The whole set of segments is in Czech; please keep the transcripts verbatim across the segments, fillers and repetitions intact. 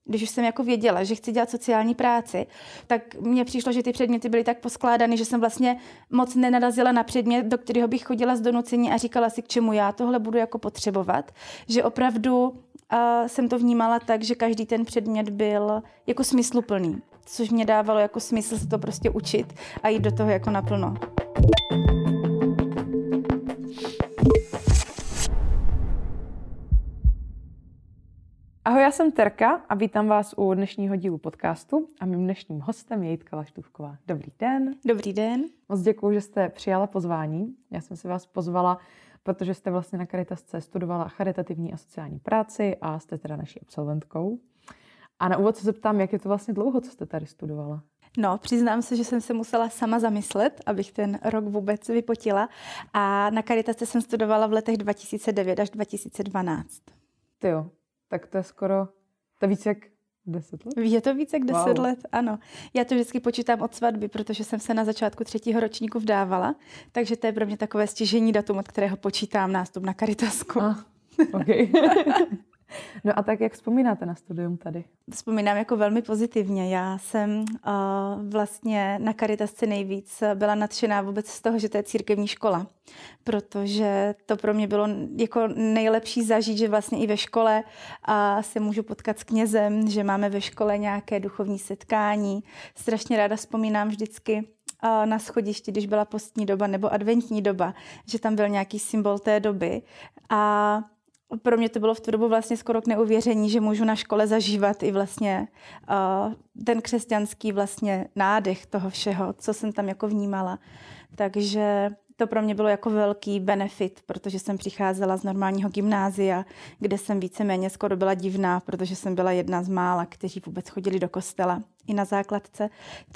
Když už jsem jako věděla, že chci dělat sociální práci, tak mně přišlo, že ty předměty byly tak poskládány, že jsem vlastně moc nenarazila na předmět, do kterého bych chodila z donucení a říkala si, k čemu já tohle budu jako potřebovat. Že opravdu uh, jsem to vnímala tak, že každý ten předmět byl jako smysluplný, což mě dávalo jako smysl se to prostě učit a jít do toho jako naplno. Ahoj, já jsem Terka a vítám vás u dnešního dílu podcastu a mým dnešním hostem je Jitka Laštůvková. Dobrý den. Dobrý den. Moc děkuju, že jste přijala pozvání. Já jsem si vás pozvala, protože jste vlastně na Caritasce studovala charitativní a sociální práci a jste teda naší absolventkou. A na úvod se zeptám, jak je to vlastně dlouho, co jste tady studovala? No, přiznám se, že jsem se musela sama zamyslet, abych ten rok vůbec vypotila. A na Caritasce jsem studovala v letech dva tisíce devět až dva tisíce dvanáct. Tyjo, tak to je skoro, to je více jak deset let? Je to více jak deset Wow. let, ano. Já to vždycky počítám od svatby, protože jsem se na začátku třetího ročníku vdávala, takže to je pro mě takové stěžejní datum, od kterého počítám nástup na Caritasku. Ah, okay. No a tak jak vzpomínáte na studium tady? Vzpomínám jako velmi pozitivně. Já jsem uh, vlastně na Caritasce nejvíc byla nadšená vůbec z toho, že to je církevní škola, protože to pro mě bylo jako nejlepší zažít, že vlastně i ve škole uh, se můžu potkat s knězem, že máme ve škole nějaké duchovní setkání. Strašně ráda vzpomínám vždycky uh, na schodišti, když byla postní doba nebo adventní doba, že tam byl nějaký symbol té doby. A pro mě to bylo v tu dobu vlastně skoro k neuvěření, že můžu na škole zažívat i vlastně uh, ten křesťanský vlastně nádech toho všeho, co jsem tam jako vnímala. Takže to pro mě bylo jako velký benefit, protože jsem přicházela z normálního gymnázia, kde jsem víceméně skoro byla divná, protože jsem byla jedna z mála, kteří vůbec chodili do kostela i na základce.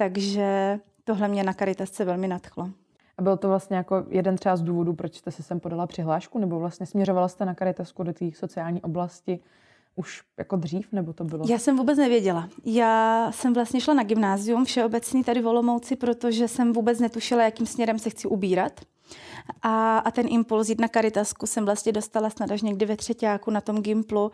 Takže tohle mě na Caritasce velmi nadchlo. A byl to vlastně jako jeden třeba z důvodů, proč jste si sem podala přihlášku, nebo vlastně směřovala jste na Caritasku do té sociální oblasti už jako dřív, nebo to bylo? Já jsem vůbec nevěděla. Já jsem vlastně šla na gymnázium všeobecný tady v Olomouci, protože jsem vůbec netušila, jakým směrem se chci ubírat. A, a ten impuls jít na Caritasku jsem vlastně dostala snad až někdy ve třeťáku na tom gymplu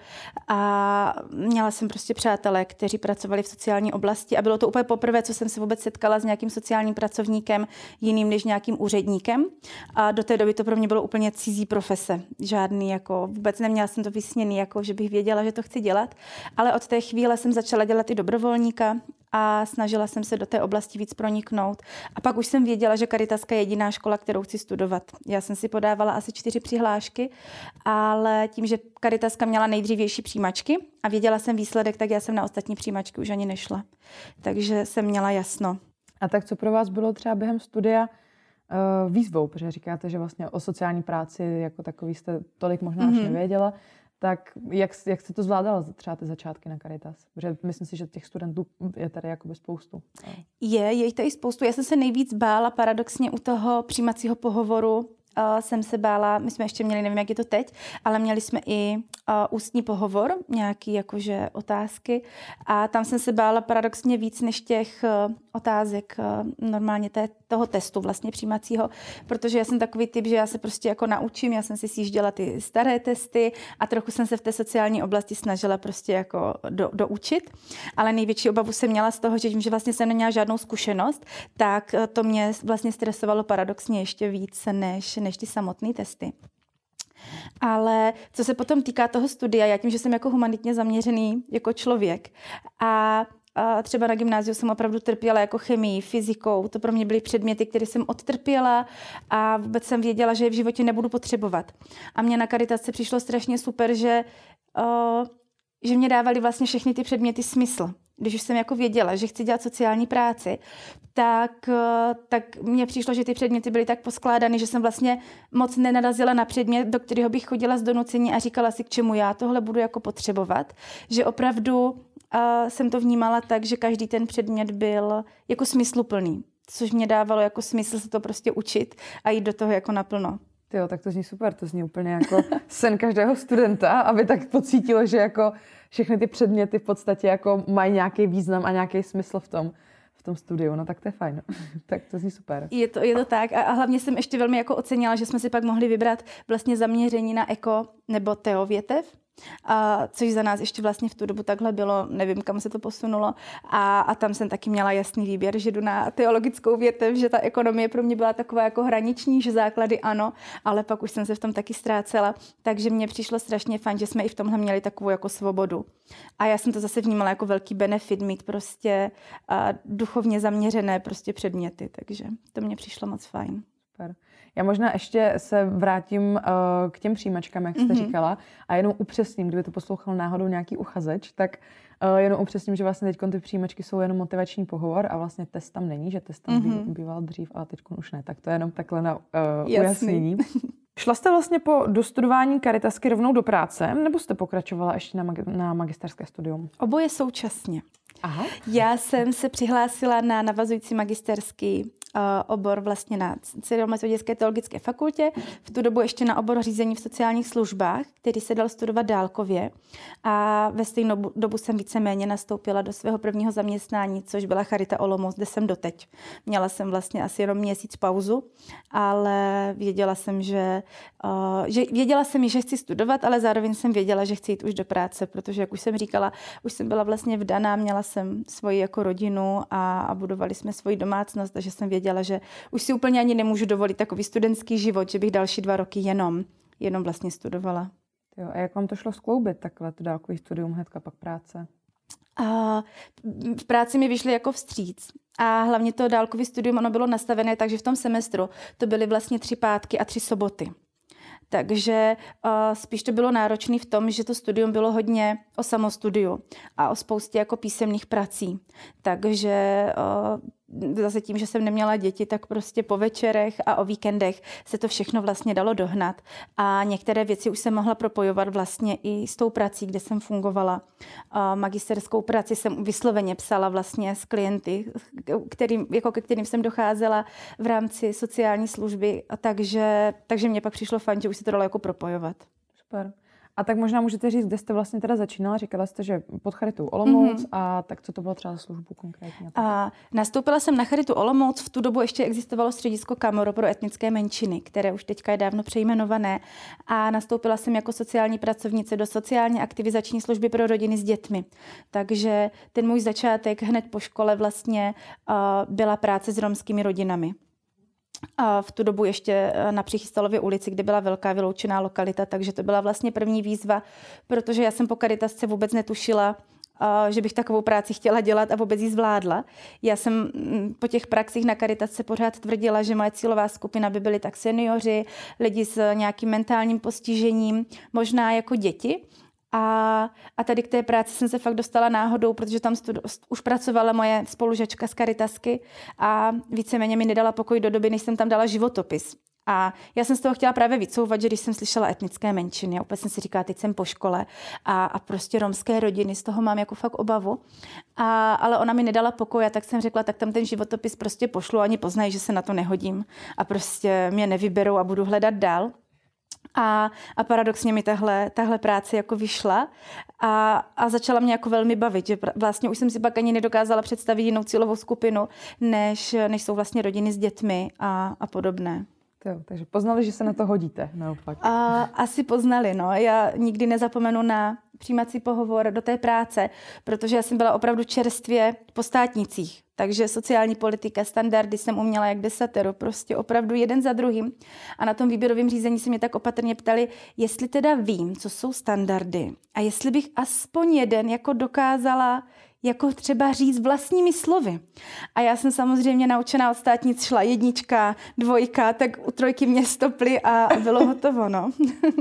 a měla jsem prostě přátelé, kteří pracovali v sociální oblasti a bylo to úplně poprvé, co jsem se vůbec setkala s nějakým sociálním pracovníkem jiným než nějakým úředníkem a do té doby to pro mě bylo úplně cizí profese. Žádný jako, vůbec neměla jsem to vysněný, jako že bych věděla, že to chci dělat, ale od té chvíle jsem začala dělat i dobrovolníka a snažila jsem se do té oblasti víc proniknout. A pak už jsem věděla, že Caritaska je jediná škola, kterou chci studovat. Já jsem si podávala asi čtyři přihlášky, ale tím, že Caritaska měla nejdřívější přijímačky a věděla jsem výsledek, tak já jsem na ostatní přijímačky už ani nešla. Takže jsem měla jasno. A tak co pro vás bylo třeba během studia uh, výzvou? Protože říkáte, že vlastně o sociální práci jako takový jste tolik možná mm-hmm. až nevěděla. Tak jak, jak jste to zvládala třeba ty začátky na Caritas? Protože myslím si, že těch studentů je tady jakoby spoustu. Je, je jich tady spoustu. Já jsem se nejvíc bála paradoxně u toho přijímacího pohovoru. Uh, jsem se bála, my jsme ještě měli, nevím, jak je to teď, ale měli jsme i uh, ústní pohovor, nějaký jakože otázky a tam jsem se bála paradoxně víc než těch uh, otázek uh, normálně té, toho testu vlastně přijímacího, protože já jsem takový typ, že já se prostě jako naučím, já jsem si sjížděla ty staré testy a trochu jsem se v té sociální oblasti snažila prostě jako do, doučit, ale největší obavu jsem měla z toho, že tím, že vlastně jsem neměla žádnou zkušenost, tak to mě vlastně stresovalo paradoxně ještě víc než než ty samotné testy. Ale co se potom týká toho studia, já tím, že jsem jako humanitně zaměřený jako člověk a a třeba na gymnáziu jsem opravdu trpěla jako chemii, fyzikou, to pro mě byly předměty, které jsem odtrpěla a vůbec jsem věděla, že je v životě nebudu potřebovat. A mně na Caritasce přišlo strašně super, že, uh, že mě dávaly vlastně všechny ty předměty smysl. Když už jsem jako věděla, že chci dělat sociální práci, tak, tak mně přišlo, že ty předměty byly tak poskládány, že jsem vlastně moc nenarazila na předmět, do kterého bych chodila z donucení a říkala si, k čemu já tohle budu jako potřebovat. Že opravdu uh, jsem to vnímala tak, že každý ten předmět byl jako smysluplný, což mě dávalo jako smysl se to prostě učit a jít do toho jako naplno. Jo, tak to zní super, to zní úplně jako sen každého studenta, aby tak pocítilo, že jako všechny ty předměty v podstatě jako mají nějaký význam a nějaký smysl v tom, v tom studiu. No tak to je fajn. Tak to zní super. Je to, je to tak a, a hlavně jsem ještě velmi jako ocenila, že jsme si pak mohli vybrat vlastně zaměření na eko nebo teovětev. A, což za nás ještě vlastně v tu dobu takhle bylo, nevím, kam se to posunulo. A, a tam jsem taky měla jasný výběr, že jdu na teologickou větev, že ta ekonomie pro mě byla taková jako hraniční, že základy ano, ale pak už jsem se v tom taky ztrácela. Takže mně přišlo strašně fajn, že jsme i v tomhle měli takovou jako svobodu. A já jsem to zase vnímala jako velký benefit, mít prostě a, duchovně zaměřené prostě předměty, takže to mně přišlo moc fajn. Super. Já možná ještě se vrátím uh, k těm přijímačkám, jak jste mm-hmm. říkala, a jenom upřesním, kdyby to poslouchal náhodou nějaký uchazeč, tak uh, jenom upřesním, že vlastně teď ty přijímačky jsou jenom motivační pohovor a vlastně test tam není, že test tam mm-hmm. býval dřív, ale teď už ne. Tak to je jenom takhle na uh, ujasnění. Šla jste vlastně po dostudování Caritasky rovnou do práce, nebo jste pokračovala ještě na, mag- na magisterské studium? Oboje současně. Aha. Já jsem se přihlásila na navazující magisterský uh, obor vlastně na Cyrilometodějské teologické fakultě, v tu dobu ještě na obor řízení v sociálních službách, který se dal studovat dálkově. A ve stejnou dobu jsem víceméně nastoupila do svého prvního zaměstnání, což byla Charita Olomouc, kde jsem doteď. Měla jsem vlastně asi jenom měsíc pauzu, ale věděla jsem, že, uh, že věděla jsem, že chci studovat, ale zároveň jsem věděla, že chci jít už do práce, protože, jak už jsem říkala, už jsem byla vlastně vdaná, měla jsem svoji jako rodinu a, a budovali jsme svoji domácnost, takže jsem věděla, že už si úplně ani nemůžu dovolit takový studentský život, že bych další dva roky jenom, jenom vlastně studovala. Jo, a jak vám to šlo skloubit takhle, to dálkový studium, hnedka pak práce? A v práci mi vyšly jako vstříc. A hlavně to dálkový studium, ono bylo nastavené, takže v tom semestru to byly vlastně tři pátky a tři soboty. Takže uh, spíš to bylo náročné v tom, že to studium bylo hodně o samostudiu a o spoustě jako písemných prací. Takže uh, zase tím, že jsem neměla děti, tak prostě po večerech a o víkendech se to všechno vlastně dalo dohnat. A některé věci už jsem mohla propojovat vlastně i s tou prací, kde jsem fungovala. Uh, magisterskou práci jsem vysloveně psala vlastně s klienty, kterým, jako ke kterým jsem docházela v rámci sociální služby. A takže, takže mě pak přišlo fajn, že už se to dalo jako propojovat. Super. A tak možná můžete říct, kde jste vlastně teda začínala? Říkala jste, že pod Charitou Olomouc, mm-hmm. a tak co to bylo třeba za službu konkrétně? A nastoupila jsem na Charitu Olomouc, v tu dobu ještě existovalo středisko Kamoro pro etnické menšiny, které už teďka je dávno přejmenované, a nastoupila jsem jako sociální pracovnice do sociálně aktivizační služby pro rodiny s dětmi. Takže ten můj začátek hned po škole vlastně uh, byla práce s romskými rodinami. A v tu dobu ještě na Přichystalově ulici, kde byla velká vyloučená lokalita, takže to byla vlastně první výzva, protože já jsem po Caritasce vůbec netušila, že bych takovou práci chtěla dělat a vůbec ji zvládla. Já jsem po těch praxích na Caritasce pořád tvrdila, že moje cílová skupina by byly tak seniori, lidi s nějakým mentálním postižením, možná jako děti. A, a tady k té práci jsem se fakt dostala náhodou, protože tam studu, už pracovala moje spolužačka z Caritasky a víceméně mi nedala pokoj do doby, než jsem tam dala životopis. A já jsem z toho chtěla právě vycouvat, že když jsem slyšela etnické menšiny, a úplně jsem si říkala, teď jsem po škole a, a prostě romské rodiny, z toho mám jako fakt obavu. A, ale ona mi nedala pokoj a tak jsem řekla, tak tam ten životopis prostě pošlu, ani poznají, že se na to nehodím a prostě mě nevyberou a budu hledat dál. A, a paradoxně mi tahle, tahle práce jako vyšla a, a začala mě jako velmi bavit, že vlastně už jsem si pak ani nedokázala představit jinou cílovou skupinu, než, než jsou vlastně rodiny s dětmi a, a podobné. Jo, takže poznali, že se na to hodíte, naopak. A, asi poznali, no. Já nikdy nezapomenu na přijímací pohovor do té práce, protože já jsem byla opravdu čerstvě po státnicích. Takže sociální politika, standardy jsem uměla jak desatero, prostě opravdu jeden za druhým. A na tom výběrovém řízení se mě tak opatrně ptali, jestli teda vím, co jsou standardy a jestli bych aspoň jeden jako dokázala jako třeba říct vlastními slovy. A já jsem samozřejmě naučená od státnic šla jednička, dvojka, tak u trojky mě stoply a bylo hotovo, no.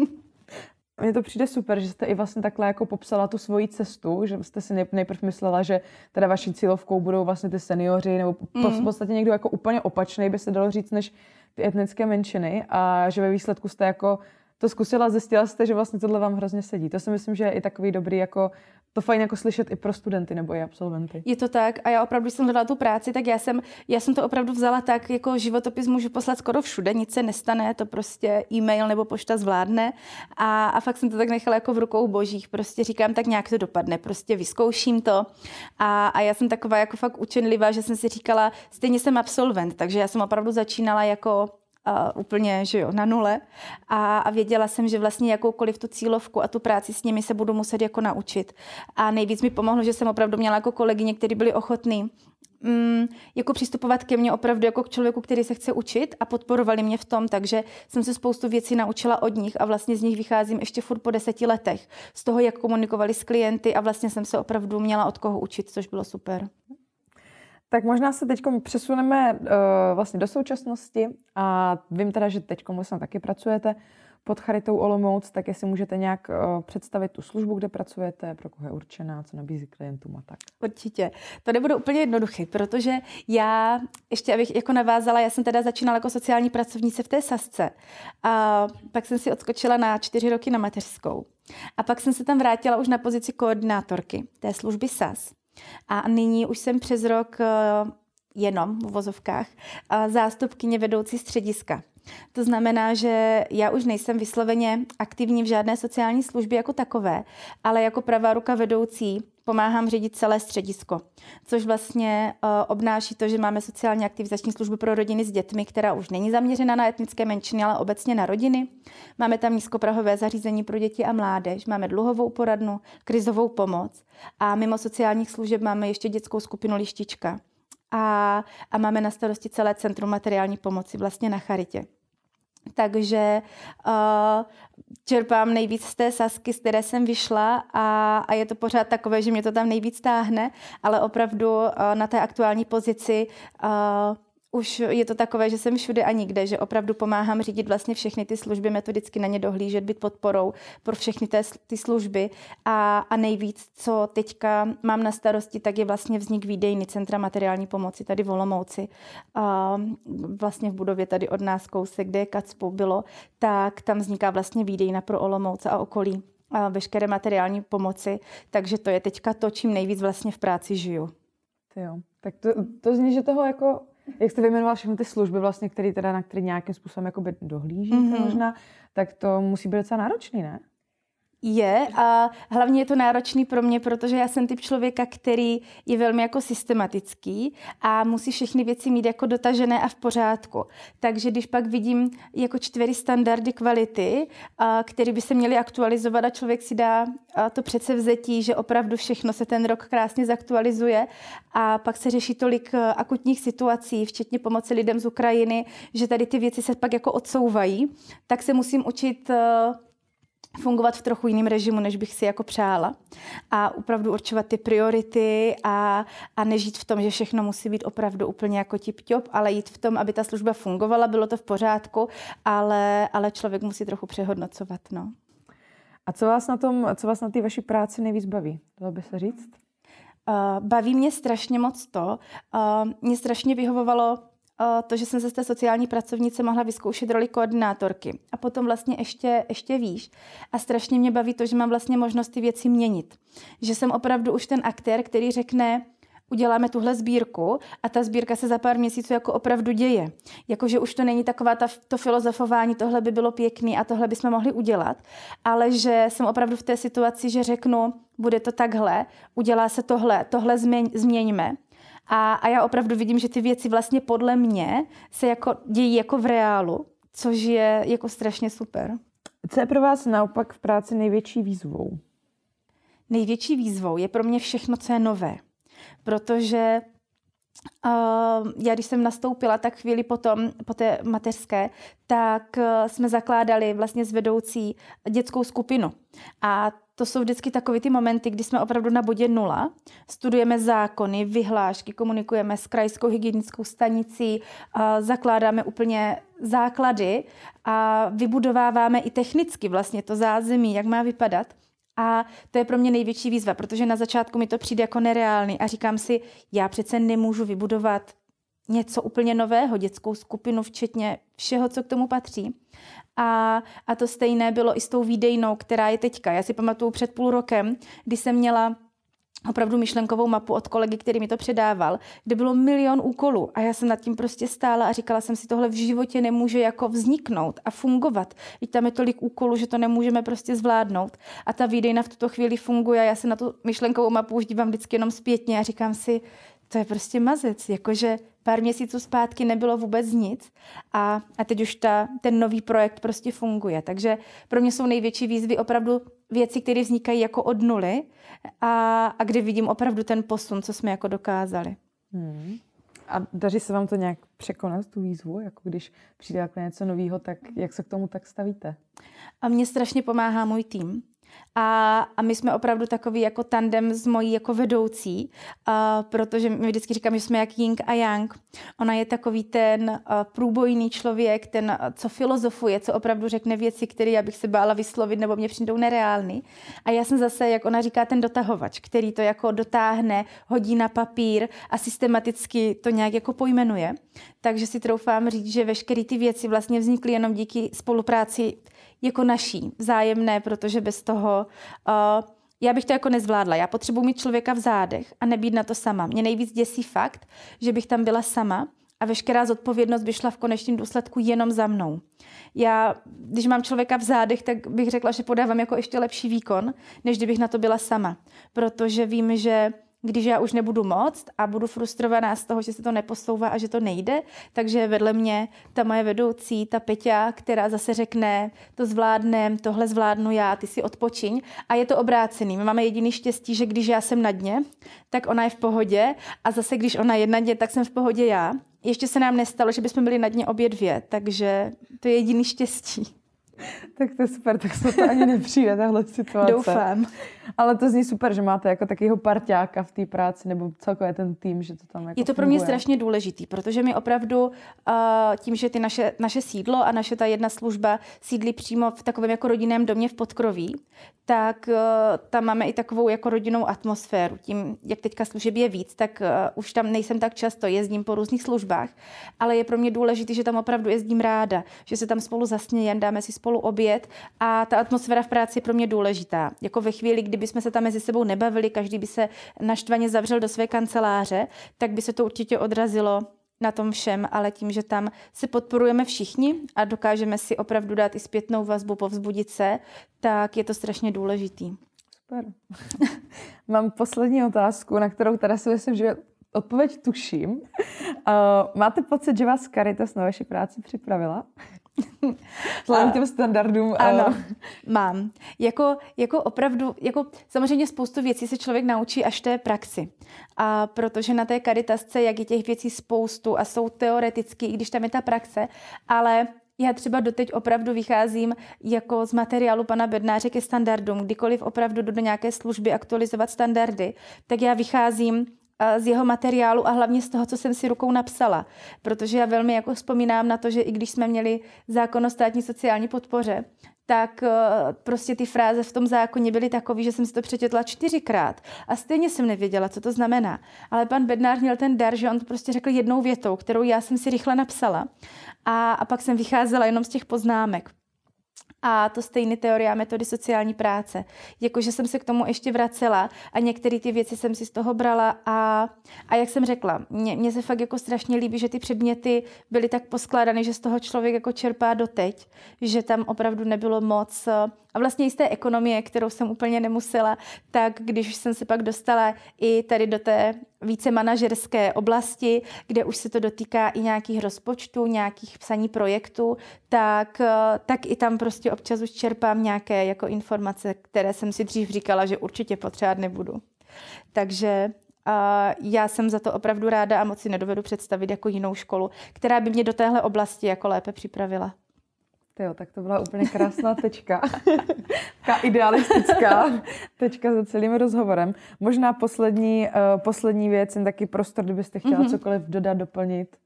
Mně to přijde super, že jste i vlastně takhle jako popsala tu svoji cestu, že jste si nejprv myslela, že teda vaší cílovkou budou vlastně ty seniori, nebo v podstatě někdo jako úplně opačný, by se dalo říct, než ty etnické menšiny, a že ve výsledku jste jako to zkusila, zjistila jste, že vlastně tohle vám hrozně sedí. To si myslím, že je i takový dobrý, jako to fajn jako slyšet i pro studenty nebo i absolventy. Je to tak a já opravdu, když jsem hledala tu práci, tak já jsem, já jsem to opravdu vzala tak, jako životopis můžu poslat skoro všude, nic se nestane, to prostě e-mail nebo pošta zvládne a, a fakt jsem to tak nechala jako v rukou božích, prostě říkám, tak nějak to dopadne, prostě vyzkouším to a, a já jsem taková jako fakt učenlivá, že jsem si říkala, stejně jsem absolvent, takže já jsem opravdu začínala jako Uh, úplně, že jo, na nule. A, a věděla jsem, že vlastně jakoukoliv tu cílovku a tu práci s nimi se budu muset jako naučit. A nejvíc mi pomohlo, že jsem opravdu měla jako kolegyně, kteří byli ochotní mm, jako přistupovat ke mně opravdu jako k člověku, který se chce učit a podporovali mě v tom, takže jsem se spoustu věcí naučila od nich a vlastně z nich vycházím ještě furt po deseti letech. Z toho, jak komunikovali s klienty a vlastně jsem se opravdu měla od koho učit, což bylo super. Tak možná se teď přesuneme uh, vlastně do současnosti a vím teda, že teď vlastně taky pracujete pod Charitou Olomouc, tak jestli můžete nějak uh, představit tu službu, kde pracujete, pro koho je určená, co nabízí klientům a tak. Určitě. To nebude úplně jednoduché, protože já, ještě abych jako navázala, já jsem teda začínala jako sociální pracovnice v té Sasce a pak jsem si odskočila na čtyři roky na mateřskou. A pak jsem se tam vrátila už na pozici koordinátorky té služby S A S. A nyní už jsem přes rok jenom v vozovkách zástupkyně vedoucí střediska. To znamená, že já už nejsem vysloveně aktivní v žádné sociální službě jako takové, ale jako pravá ruka vedoucí pomáhám řídit celé středisko, což vlastně uh, obnáší to, že máme sociálně aktivizační službu pro rodiny s dětmi, která už není zaměřena na etnické menšiny, ale obecně na rodiny. Máme tam nízkoprahové zařízení pro děti a mládež, máme dluhovou poradnu, krizovou pomoc a mimo sociálních služeb máme ještě dětskou skupinu Lištička a, a máme na starosti celé centrum materiální pomoci vlastně na Charitě. Takže uh, čerpám nejvíc z té Sasky, z které jsem vyšla a, a je to pořád takové, že mě to tam nejvíc táhne, ale opravdu uh, na té aktuální pozici uh, už je to takové, že jsem všude a nikde, že opravdu pomáhám řídit vlastně všechny ty služby, metodicky na ně dohlížet, být podporou pro všechny té, ty služby a, a nejvíc, co teďka mám na starosti, tak je vlastně vznik výdejny Centra materiální pomoci tady v Olomouci. A vlastně v budově tady od nás kousek, kde je Kacpu bylo, tak tam vzniká vlastně výdejna pro Olomouc a okolí a veškeré materiální pomoci, takže to je teďka to, čím nejvíc vlastně v práci žiju. Jo, tak to, to zní, že toho jako jak jste vyjmenovala všechny ty služby, vlastně, které teda, na které nějakým způsobem jakoby dohlížíte mm-hmm. možná, tak to musí být docela náročný, ne? Je a hlavně je to náročný pro mě, protože já jsem typ člověka, který je velmi jako systematický a musí všechny věci mít jako dotažené a v pořádku. Takže když pak vidím jako čtyři standardy kvality, které by se měly aktualizovat a člověk si dá to předsevzetí, že opravdu všechno se ten rok krásně zaktualizuje a pak se řeší tolik akutních situací, včetně pomoci lidem z Ukrajiny, že tady ty věci se pak jako odsouvají, tak se musím učit fungovat v trochu jiném režimu, než bych si jako přála. A opravdu určovat ty priority a, a nežít v tom, že všechno musí být opravdu úplně jako tip-top, ale jít v tom, aby ta služba fungovala, bylo to v pořádku, ale, ale člověk musí trochu přehodnocovat. No. A co vás na tom, co vás na té vaší práci nejvíc baví? Dalo by se říct? Uh, baví mě strašně moc to. Uh, mě strašně vyhovovalo to, že jsem se z té sociální pracovnice mohla vyzkoušet roli koordinátorky. A potom vlastně ještě, ještě výš. A strašně mě baví to, že mám vlastně možnost ty věci měnit. Že jsem opravdu už ten aktér, který řekne, uděláme tuhle sbírku a ta sbírka se za pár měsíců jako opravdu děje. Jakože už to není taková ta, to filozofování, tohle by bylo pěkný a tohle bychom mohli udělat, ale že jsem opravdu v té situaci, že řeknu, bude to takhle, udělá se tohle, tohle změň, změňme. A, a já opravdu vidím, že ty věci vlastně podle mě se jako dějí jako v reálu, což je jako strašně super. Co je pro vás naopak v práci největší výzvou? Největší výzvou je pro mě všechno, co je nové. Protože uh, já, když jsem nastoupila, tak chvíli potom, po té mateřské, tak uh, jsme zakládali vlastně s vedoucí dětskou skupinu. A to jsou vždycky takové ty momenty, kdy jsme opravdu na bodě nula, studujeme zákony, vyhlášky, komunikujeme s krajskou hygienickou stanicí, zakládáme úplně základy a vybudováváme i technicky vlastně to zázemí, jak má vypadat. A to je pro mě největší výzva, protože na začátku mi to přijde jako nereálný a říkám si, já přece nemůžu vybudovat něco úplně nového, dětskou skupinu, včetně všeho, co k tomu patří. A, a to stejné bylo i s tou výdejnou, která je teďka. Já si pamatuju před půl rokem, kdy jsem měla opravdu myšlenkovou mapu od kolegy, který mi to předával, kde bylo milion úkolů a já jsem nad tím prostě stála a říkala jsem si, tohle v životě nemůže jako vzniknout a fungovat. Teď tam je tolik úkolů, že to nemůžeme prostě zvládnout. A ta výdejna v tuto chvíli funguje a já se na tu myšlenkovou mapu už dívám vždycky jenom zpětně a říkám si, to je prostě mazec, jakože pár měsíců zpátky nebylo vůbec nic a, a teď už ta, ten nový projekt prostě funguje. Takže pro mě jsou největší výzvy opravdu věci, které vznikají jako od nuly a, a kde vidím opravdu ten posun, co jsme jako dokázali. Hmm. A daří se vám to nějak překonat, tu výzvu? Jako když přijde jako něco nového, tak jak se k tomu tak stavíte? A mně strašně pomáhá můj tým. A, a my jsme opravdu takový jako tandem s mojí jako vedoucí, a protože my vždycky říkáme, že jsme jak Ying a Yang. Ona je takový ten a, průbojný člověk, ten, a, co filozofuje, co opravdu řekne věci, které já bych se bála vyslovit nebo mě přijdou nereálný. A já jsem zase, jak ona říká, ten dotahovač, který to jako dotáhne, hodí na papír a systematicky to nějak jako pojmenuje. Takže si troufám říct, že veškeré ty věci vlastně vznikly jenom díky spolupráci jako naší, vzájemné, protože bez toho uh, já bych to jako nezvládla. Já potřebuji mít člověka v zádech a nebýt na to sama. Mě nejvíc děsí fakt, že bych tam byla sama a veškerá zodpovědnost by šla v konečném důsledku jenom za mnou. Já, když mám člověka v zádech, tak bych řekla, že podávám jako ještě lepší výkon, než kdybych na to byla sama. Protože vím, že když já už nebudu moct a budu frustrovaná z toho, že se to neposouvá a že to nejde, takže vedle mě ta moje vedoucí, ta Peťa, která zase řekne, to zvládnem, tohle zvládnu já, ty si odpočiň. A je to obrácený. My máme jediný štěstí, že když já jsem na dně, tak ona je v pohodě a zase když ona je na dně, tak jsem v pohodě já. Ještě se nám nestalo, že bychom byli na dně obě dvě, takže to je jediný štěstí. Tak to je super, tak se to ani nepřijde, tahle situace. Doufám. Ale to zní super, že máte jako takového parťáka v té práci, nebo celkově ten tým, že to tam jako Je to pro funguje. mě strašně důležitý, protože my opravdu uh, tím, že ty naše, naše sídlo a naše ta jedna služba sídlí přímo v takovém jako rodinném domě v Podkroví, tak uh, tam máme i takovou jako rodinnou atmosféru. Tím, jak teďka služeb je víc, tak uh, už tam nejsem tak často, jezdím po různých službách, ale je pro mě důležitý, že tam opravdu jezdím ráda, že se tam spolu zasmějeme, dáme si spolu oběd a ta atmosféra v práci je pro mě důležitá. Jako ve chvíli, kdyby jsme se tam mezi sebou nebavili, každý by se naštvaně zavřel do své kanceláře, tak by se to určitě odrazilo na tom všem, ale tím, že tam se podporujeme všichni a dokážeme si opravdu dát i zpětnou vazbu, povzbudit se, tak je to strašně důležitý. Super. Mám poslední otázku, na kterou teda si myslím, že odpověď tuším. Uh, máte pocit, že vás Caritas na vaši práci připravila? Vzhledem těm standardům. Ano, mám. Jako, jako opravdu, jako samozřejmě spoustu věcí se člověk naučí až té praxi. A protože na té Caritasce, jak je těch věcí spoustu a jsou teoreticky, i když tam je ta praxe, ale já třeba doteď opravdu vycházím jako z materiálu pana Bednáře ke standardům. Kdykoliv opravdu jdu do nějaké služby aktualizovat standardy, tak já vycházím z jeho materiálu a hlavně z toho, co jsem si rukou napsala. Protože já velmi jako vzpomínám na to, že i když jsme měli zákon o státní sociální podpoře, tak prostě ty fráze v tom zákoně byly takový, že jsem si to přečetla čtyřikrát a stejně jsem nevěděla, co to znamená. Ale pan Bednář měl ten dar, že on to prostě řekl jednou větou, kterou já jsem si rychle napsala a, a pak jsem vycházela jenom z těch poznámek. A to stejné teorie a metody sociální práce. Jakože jsem se k tomu ještě vracela a některé ty věci jsem si z toho brala a, a jak jsem řekla, mně, mně se fakt jako strašně líbí, že ty předměty byly tak poskládané, že z toho člověk jako čerpá doteď, že tam opravdu nebylo moc. A vlastně i z té ekonomie, kterou jsem úplně nemusela, tak když jsem se pak dostala i tady do té více manažerské oblasti, kde už se to dotýká i nějakých rozpočtů, nějakých psaní projektů, tak, tak i tam prostě občas už čerpám nějaké jako informace, které jsem si dřív říkala, že určitě potřebovat nebudu. Takže uh, já jsem za to opravdu ráda a moc si nedovedu představit jako jinou školu, která by mě do téhle oblasti jako lépe připravila. Jo, tak to byla úplně krásná tečka. Taká idealistická tečka za celým rozhovorem. Možná poslední, uh, poslední věc, jen taky prostor, kdybyste chtěla mm-hmm. cokoliv dodat, doplnit.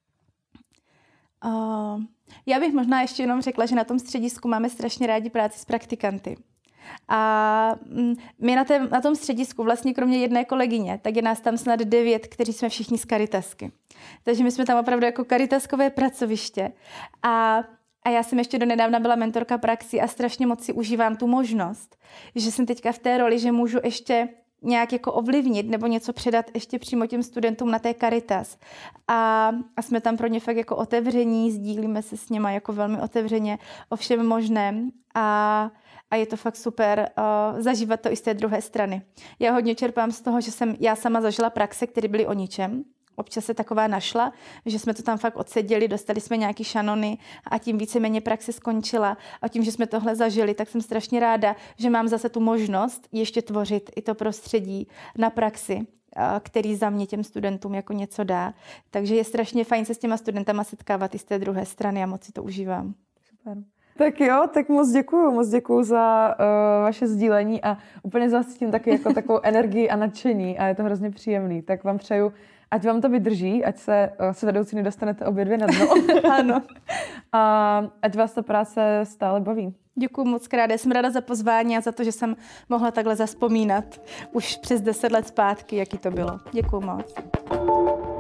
Uh, já bych možná ještě jenom řekla, že na tom středisku máme strašně rádi práci s praktikanty. A my na, tém, na tom středisku, vlastně kromě jedné kolegyně, tak je nás tam snad devět, kteří jsme všichni z Caritasky. Takže my jsme tam opravdu jako Caritaskové pracoviště. A A já jsem ještě donedávna byla mentorka praxi a strašně moc si užívám tu možnost, že jsem teďka v té roli, že můžu ještě nějak jako ovlivnit nebo něco předat ještě přímo těm studentům na té Caritas. A, a jsme tam pro ně fakt jako otevření, sdílíme se s něma jako velmi otevřeně o všem možném. A, a je to fakt super uh, zažívat to i z té druhé strany. Já hodně čerpám z toho, že jsem já sama zažila praxe, které byly o ničem. Občas se taková našla, že jsme to tam fakt odseděli, dostali jsme nějaký šanony a tím víceméně praxe skončila. A tím, že jsme tohle zažili, tak jsem strašně ráda, že mám zase tu možnost ještě tvořit i to prostředí na praxi, který za mě těm studentům jako něco dá. Takže je strašně fajn se s těma studentama setkávat i z té druhé strany a moc si to užívám. Super. Tak jo, tak moc děkuju, moc děkuju za uh, vaše sdílení a úplně zase tím taky jako takovou energii a nadšení a je to hrozně příjemný. Tak vám přeju, ať vám to vydrží, ať se uh, s vedoucími dostanete obě dvě na dno. Ano. A ať vás ta práce stále baví. Děkuju moc krát. Já jsem ráda za pozvání a za to, že jsem mohla takhle zazpomínat už přes deset let zpátky, jaký to bylo. Děkuju moc.